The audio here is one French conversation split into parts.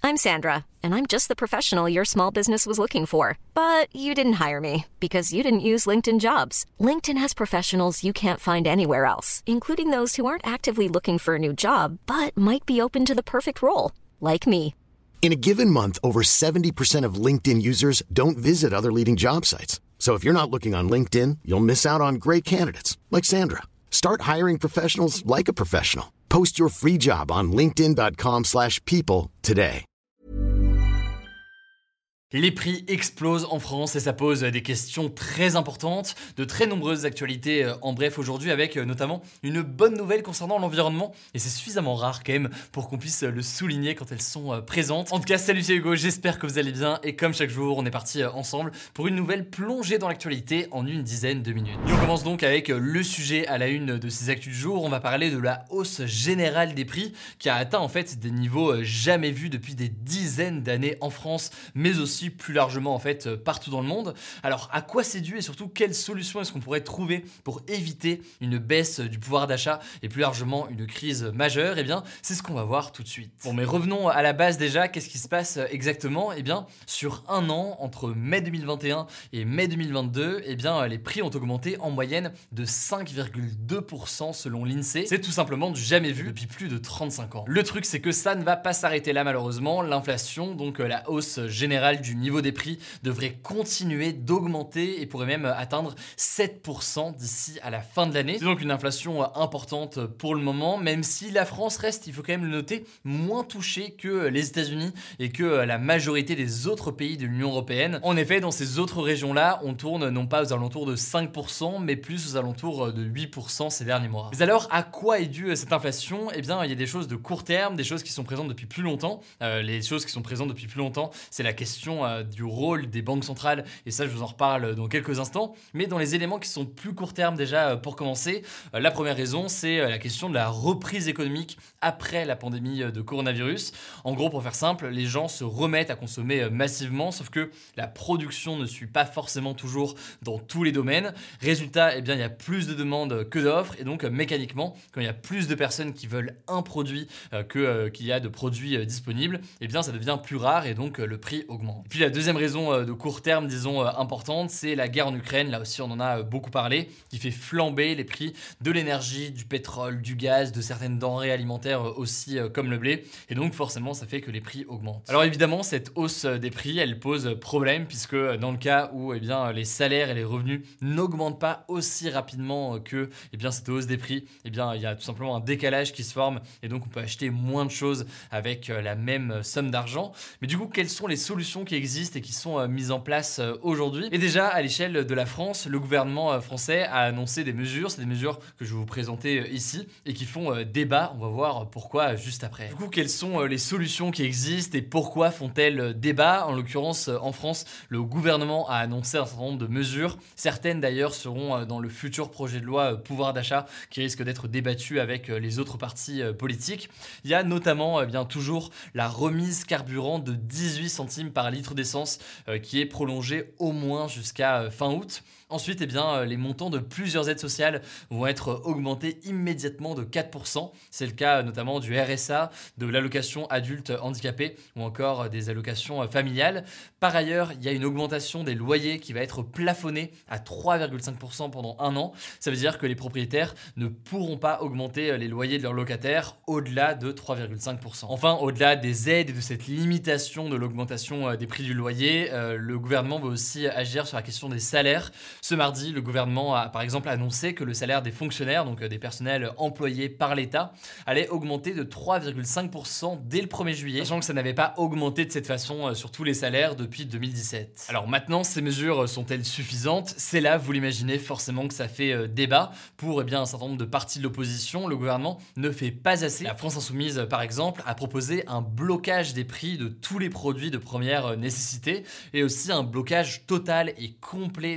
I'm Sandra, and I'm just the professional your small business was looking for. But you didn't hire me because you didn't use LinkedIn Jobs. LinkedIn has professionals you can't find anywhere else, including those who aren't actively looking for a new job, but might be open to the perfect role, like me. In a given month, over 70% of LinkedIn users don't visit other leading job sites. So if you're not looking on LinkedIn, you'll miss out on great candidates like Sandra. Start hiring professionals like a professional. Post your free job on linkedin.com/people today. Les prix explosent en France et ça pose des questions très importantes, de très nombreuses actualités en bref aujourd'hui avec notamment une bonne nouvelle concernant l'environnement et c'est suffisamment rare quand même pour qu'on puisse le souligner quand elles sont présentes. En tout cas, salut, c'est Hugo, j'espère que vous allez bien et comme chaque jour, on est parti ensemble pour une nouvelle plongée dans l'actualité en une dizaine de minutes. Et on commence donc avec le sujet à la une de ces actus du jour. On va parler de la hausse générale des prix qui a atteint en fait des niveaux jamais vus depuis des dizaines d'années en France, mais aussi plus largement en fait partout dans le monde. Alors à quoi c'est dû et surtout quelles solutions est-ce qu'on pourrait trouver pour éviter une baisse du pouvoir d'achat et plus largement une crise majeure? Eh bien c'est ce qu'on va voir tout de suite. Bon mais revenons à la base déjà, qu'est-ce qui se passe exactement? Eh bien sur un an, entre mai 2021 et mai 2022, eh bien les prix ont augmenté en moyenne de 5,2% selon l'INSEE. C'est tout simplement du jamais vu depuis plus de 35 ans. Le truc c'est que ça ne va pas s'arrêter là malheureusement, l'inflation, donc la hausse générale du niveau des prix devrait continuer d'augmenter et pourrait même atteindre 7% d'ici à la fin de l'année. C'est donc une inflation importante pour le moment, même si la France reste, il faut quand même le noter, moins touchée que les États-Unis et que la majorité des autres pays de l'Union européenne. En effet, dans ces autres régions-là, on tourne non pas aux alentours de 5%, mais plus aux alentours de 8% ces derniers mois. Mais alors, à quoi est due cette inflation? Eh bien, il y a des choses de court terme, des choses qui sont présentes depuis plus longtemps. Les choses qui sont présentes depuis plus longtemps, c'est la question du rôle des banques centrales, et ça je vous en reparle dans quelques instants, mais dans les éléments qui sont plus court terme déjà pour commencer, la première raison c'est la question de la reprise économique après la pandémie de coronavirus. En gros, pour faire simple, les gens se remettent à consommer massivement, sauf que la production ne suit pas forcément toujours dans tous les domaines. Résultat, eh bien, il y a plus de demandes que d'offres, et donc mécaniquement, quand il y a plus de personnes qui veulent un produit qu'il y a de produits disponibles, eh bien ça devient plus rare et donc le prix augmente. Et puis la deuxième raison de court terme, disons importante, c'est la guerre en Ukraine. Là aussi, on en a beaucoup parlé, qui fait flamber les prix de l'énergie, du pétrole, du gaz, de certaines denrées alimentaires aussi comme le blé. Et donc forcément, ça fait que les prix augmentent. Alors évidemment, cette hausse des prix, elle pose problème puisque dans le cas où eh bien, les salaires et les revenus n'augmentent pas aussi rapidement que eh bien, cette hausse des prix, eh bien, il y a tout simplement un décalage qui se forme et donc on peut acheter moins de choses avec la même somme d'argent. Mais du coup, quelles sont les solutions qui existent et qui sont mises en place aujourd'hui? Et déjà, à l'échelle de la France, le gouvernement français a annoncé des mesures, c'est des mesures que je vais vous présenter ici et qui font débat, on va voir pourquoi juste après. Du coup, quelles sont les solutions qui existent et pourquoi font-elles débat? En l'occurrence, en France, le gouvernement a annoncé un certain nombre de mesures, certaines d'ailleurs seront dans le futur projet de loi pouvoir d'achat qui risque d'être débattu avec les autres partis politiques. Il y a notamment bien toujours la remise carburant de 18 centimes par litre d'essence qui est prolongée au moins jusqu'à fin août. Ensuite, eh bien, les montants de plusieurs aides sociales vont être augmentés immédiatement de 4%. C'est le cas notamment du RSA, de l'allocation adulte handicapé ou encore des allocations familiales. Par ailleurs, il y a une augmentation des loyers qui va être plafonnée à 3,5% pendant un an. Ça veut dire que les propriétaires ne pourront pas augmenter les loyers de leurs locataires au-delà de 3,5%. Enfin, au-delà des aides et de cette limitation de l'augmentation des prix du loyer, le gouvernement va aussi agir sur la question des salaires. Ce mardi, le gouvernement a par exemple annoncé que le salaire des fonctionnaires, donc des personnels employés par l'État, allait augmenter de 3,5% dès le 1er juillet, sachant que ça n'avait pas augmenté de cette façon sur tous les salaires depuis 2017. Alors maintenant, ces mesures sont-elles suffisantes? C'est là, vous l'imaginez, forcément que ça fait débat. Pour un certain nombre de partis de l'opposition, le gouvernement ne fait pas assez. La France Insoumise, par exemple, a proposé un blocage des prix de tous les produits de première nécessité et aussi un blocage total et complet des montants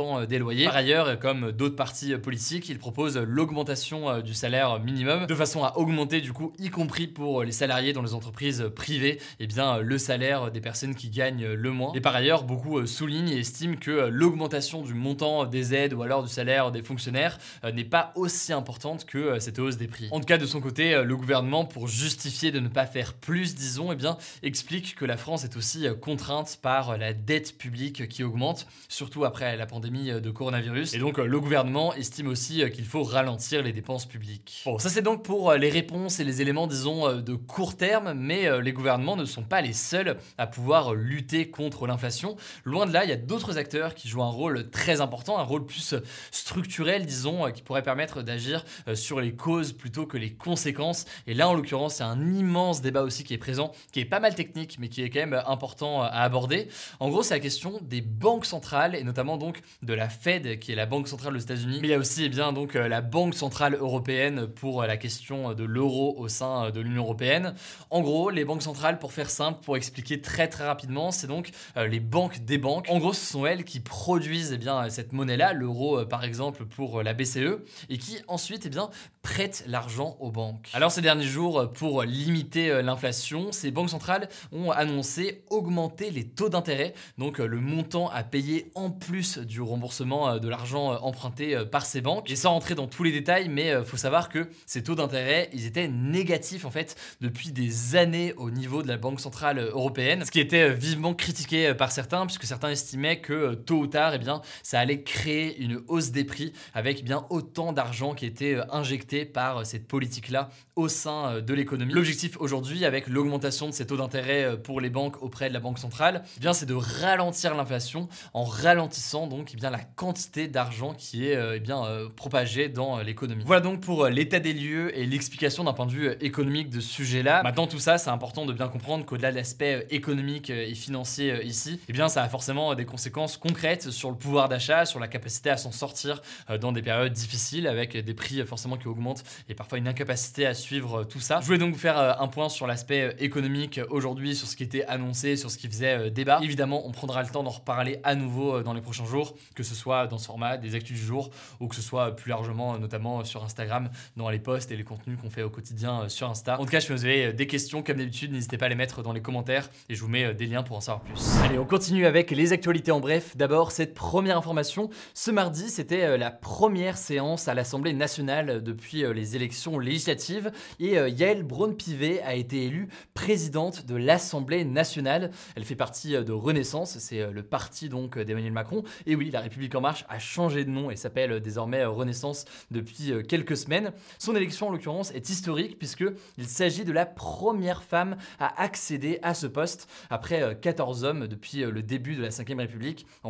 montant des loyers. Par ailleurs, comme d'autres partis politiques, il propose l'augmentation du salaire minimum de façon à augmenter du coup, y compris pour les salariés dans les entreprises privées, eh bien, le salaire des personnes qui gagnent le moins. Et par ailleurs, beaucoup soulignent et estiment que l'augmentation du montant des aides ou alors du salaire des fonctionnaires n'est pas aussi importante que cette hausse des prix. En tout cas, de son côté, le gouvernement, pour justifier de ne pas faire plus, disons, eh bien, explique que la France est aussi contrainte par la dette publique qui augmente, surtout après la pandémie de coronavirus. Et donc, le gouvernement estime aussi qu'il faut ralentir les dépenses publiques. Bon, ça c'est donc pour les réponses et les éléments, disons, de court terme, mais les gouvernements ne sont pas les seuls à pouvoir lutter contre l'inflation. Loin de là, il y a d'autres acteurs qui jouent un rôle très important, un rôle plus structurel, disons, qui pourrait permettre d'agir sur les causes plutôt que les conséquences. Et là, en l'occurrence, il y a un immense débat aussi qui est présent, qui est pas mal technique, mais qui est quand même important à aborder. En gros, c'est la question des banques centrales, et notamment donc de la Fed, qui est la banque centrale aux États-Unis. Mais il y a aussi, eh bien, donc, la Banque centrale européenne pour la question de l'euro au sein de l'Union européenne. En gros, les banques centrales, pour faire simple, pour expliquer très rapidement, c'est donc les banques des banques. En gros, ce sont elles qui produisent, eh bien, cette monnaie-là, l'euro par exemple pour la BCE, et qui ensuite, eh bien, prêtent l'argent aux banques. Alors ces derniers jours, pour limiter l'inflation, ces banques centrales ont annoncé augmenter les taux d'intérêt, donc le montant à payer en plus du remboursement de l'argent emprunté par ces banques. Et sans rentrer dans tous les détails, mais faut savoir que ces taux d'intérêt, ils étaient négatifs en fait depuis des années au niveau de la Banque centrale européenne, ce qui était vivement critiqué par certains, puisque certains estimaient que tôt ou tard, eh bien, ça allait créer une hausse des prix avec bien autant d'argent qui était injecté par cette politique-là au sein de l'économie. L'objectif aujourd'hui, avec l'augmentation de ces taux d'intérêt pour les banques auprès de la Banque centrale, eh bien, c'est de ralentir l'inflation en ralentissant donc eh bien, la quantité d'argent qui est propagée dans l'économie. Voilà donc pour l'état des lieux et l'explication d'un point de vue économique de ce sujet-là. Maintenant, tout ça, c'est important de bien comprendre qu'au-delà de l'aspect économique et financier ici, eh bien, ça a forcément des conséquences concrètes sur le pouvoir d'achat, sur la capacité à s'en sortir dans des périodes difficiles avec des prix forcément qui augmentent et parfois une incapacité à suivre tout ça. Je voulais donc vous faire un point sur l'aspect économique aujourd'hui, sur ce qui était annoncé, sur ce qui faisait débat. Évidemment, on prendra le temps d'en reparler à nouveau dans les prochains jours, que ce soit dans ce format des actus du jour ou que ce soit plus largement, notamment sur Instagram, dans les posts et les contenus qu'on fait au quotidien sur Insta. En tout cas, si vous avez des questions, comme d'habitude, n'hésitez pas à les mettre dans les commentaires et je vous mets des liens pour en savoir plus. Allez, on continue avec les actualités en bref. D'abord, cette première information. Ce mardi, c'était la première séance à l'Assemblée nationale depuis les élections législatives et Yaël Braun-Pivet a été élue présidente de l'Assemblée nationale. Elle fait partie de Renaissance, c'est le parti donc d'Emmanuel Macron. Et oui, La République En Marche a changé de nom et s'appelle désormais Renaissance depuis quelques semaines. Son élection, en l'occurrence, est historique puisqu'il s'agit de la première femme à accéder à ce poste après 14 hommes depuis le début de la Ve République en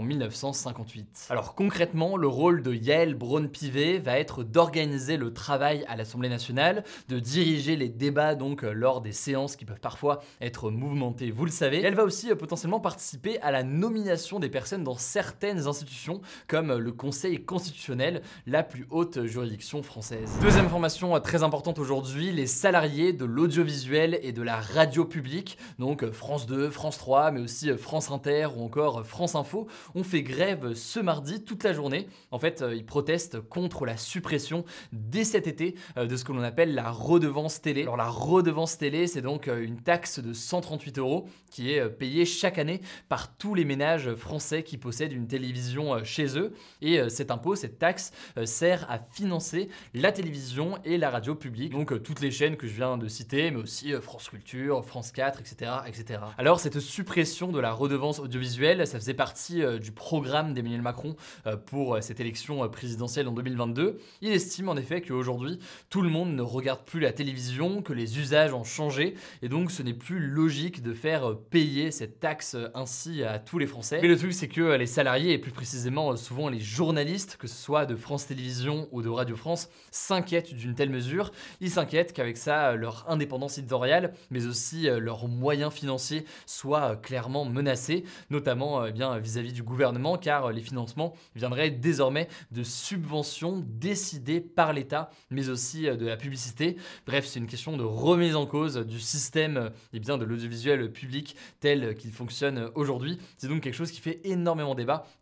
1958. Alors concrètement, le rôle de Yaël Braun-Pivet va être d'organiser le travail à l'Assemblée nationale, de diriger les débats donc lors des séances qui peuvent parfois être mouvementées, vous le savez. Et elle va aussi potentiellement participer à la nomination des personnes dans certaines institutions comme le Conseil constitutionnel, la plus haute juridiction française. Deuxième information très importante aujourd'hui, les salariés de l'audiovisuel et de la radio publique, donc France 2, France 3, mais aussi France Inter ou encore France Info, ont fait grève ce mardi toute la journée. En fait, ils protestent contre la suppression dès cet été de ce que l'on appelle la redevance télé. Alors la redevance télé, c'est donc une taxe de 138 € qui est payée chaque année par tous les ménages français qui possèdent une télévision chez eux. Et cet impôt, cette taxe, sert à financer la télévision et la radio publique, donc toutes les chaînes que je viens de citer, mais aussi France Culture, France 4, etc., etc. Alors cette suppression de la redevance audiovisuelle, ça faisait partie du programme d'Emmanuel Macron pour cette élection présidentielle en 2022. Il estime en effet qu'aujourd'hui, tout le monde ne regarde plus la télévision, que les usages ont changé, et donc ce n'est plus logique de faire payer cette taxe ainsi à tous les Français. Mais le truc, c'est que les salariés, et plus précisément souvent les journalistes, que ce soit de France Télévisions ou de Radio France, s'inquiètent d'une telle mesure. Ils s'inquiètent qu'avec ça, leur indépendance éditoriale, mais aussi leurs moyens financiers soient clairement menacés, notamment vis-à-vis du gouvernement, car les financements viendraient désormais de subventions décidées par l'État, mais aussi de la publicité. Bref, c'est une question de remise en cause du système de l'audiovisuel public tel qu'il fonctionne aujourd'hui. C'est donc quelque chose qui fait énormément débat, d'où cette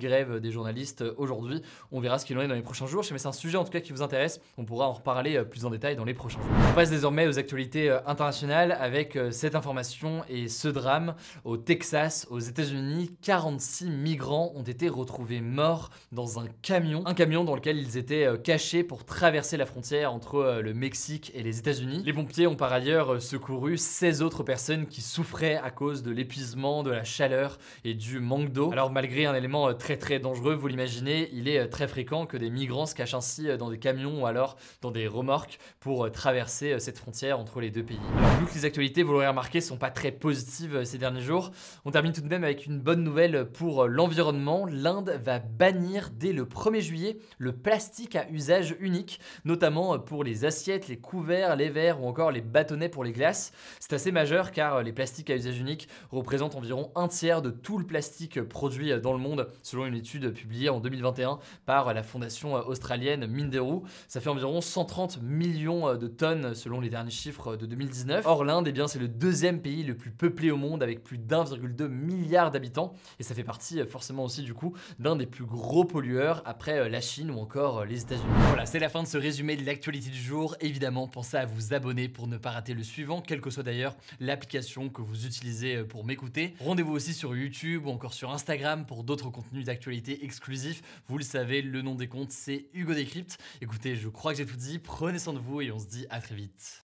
grève des journalistes aujourd'hui. On verra ce qu'il en est dans les prochains jours. Mais c'est un sujet en tout cas qui vous intéresse. On pourra en reparler plus en détail dans les prochains jours. On passe désormais aux actualités internationales avec cette information et ce drame. Au Texas, aux États-Unis, 46 migrants ont été retrouvés morts dans un camion dans lequel ils étaient cachés pour traverser la frontière entre le Mexique et les États-Unis. Les pompiers ont par ailleurs secouru 16 autres personnes qui souffraient à cause de l'épuisement, de la chaleur et du manque d'eau. Alors malgré un élément très très dangereux, vous l'imaginez, il est très fréquent que des migrants se cachent ainsi dans des camions ou alors dans des remorques pour traverser cette frontière entre les deux pays. Alors vu que les actualités, vous l'aurez remarqué, sont pas très positives ces derniers jours, on termine tout de même avec une bonne nouvelle pour l'environnement. L'Inde va bannir dès le 1er juillet le plastique à usage unique, notamment pour les assiettes, les couverts, les verres ou encore les bâtonnets pour les glaces. C'est assez majeur car les plastiques à usage unique représentent environ un tiers de tout le plastique produit dans le monde, selon une étude publiée en 2021 par la fondation australienne Minderoo. Ça fait environ 130 millions de tonnes selon les derniers chiffres de 2019. Or l'Inde, c'est le deuxième pays le plus peuplé au monde avec plus d'1,2 milliard d'habitants et ça fait partie forcément aussi du coup d'un des plus gros pollueurs après la Chine ou encore les États-Unis. Voilà, c'est la fin de ce résumé de l'actualité du jour. Évidemment, pensez à vous abonner pour ne pas rater le suivant, quelle que soit d'ailleurs l'application que vous utilisez pour m'écouter. Rendez-vous aussi sur YouTube ou encore sur Instagram pour d'autres contenus d'actualité exclusifs. Vous le savez, le nom des comptes, c'est Hugo Décrypte. Écoutez, je crois que j'ai tout dit. Prenez soin de vous et on se dit à très vite.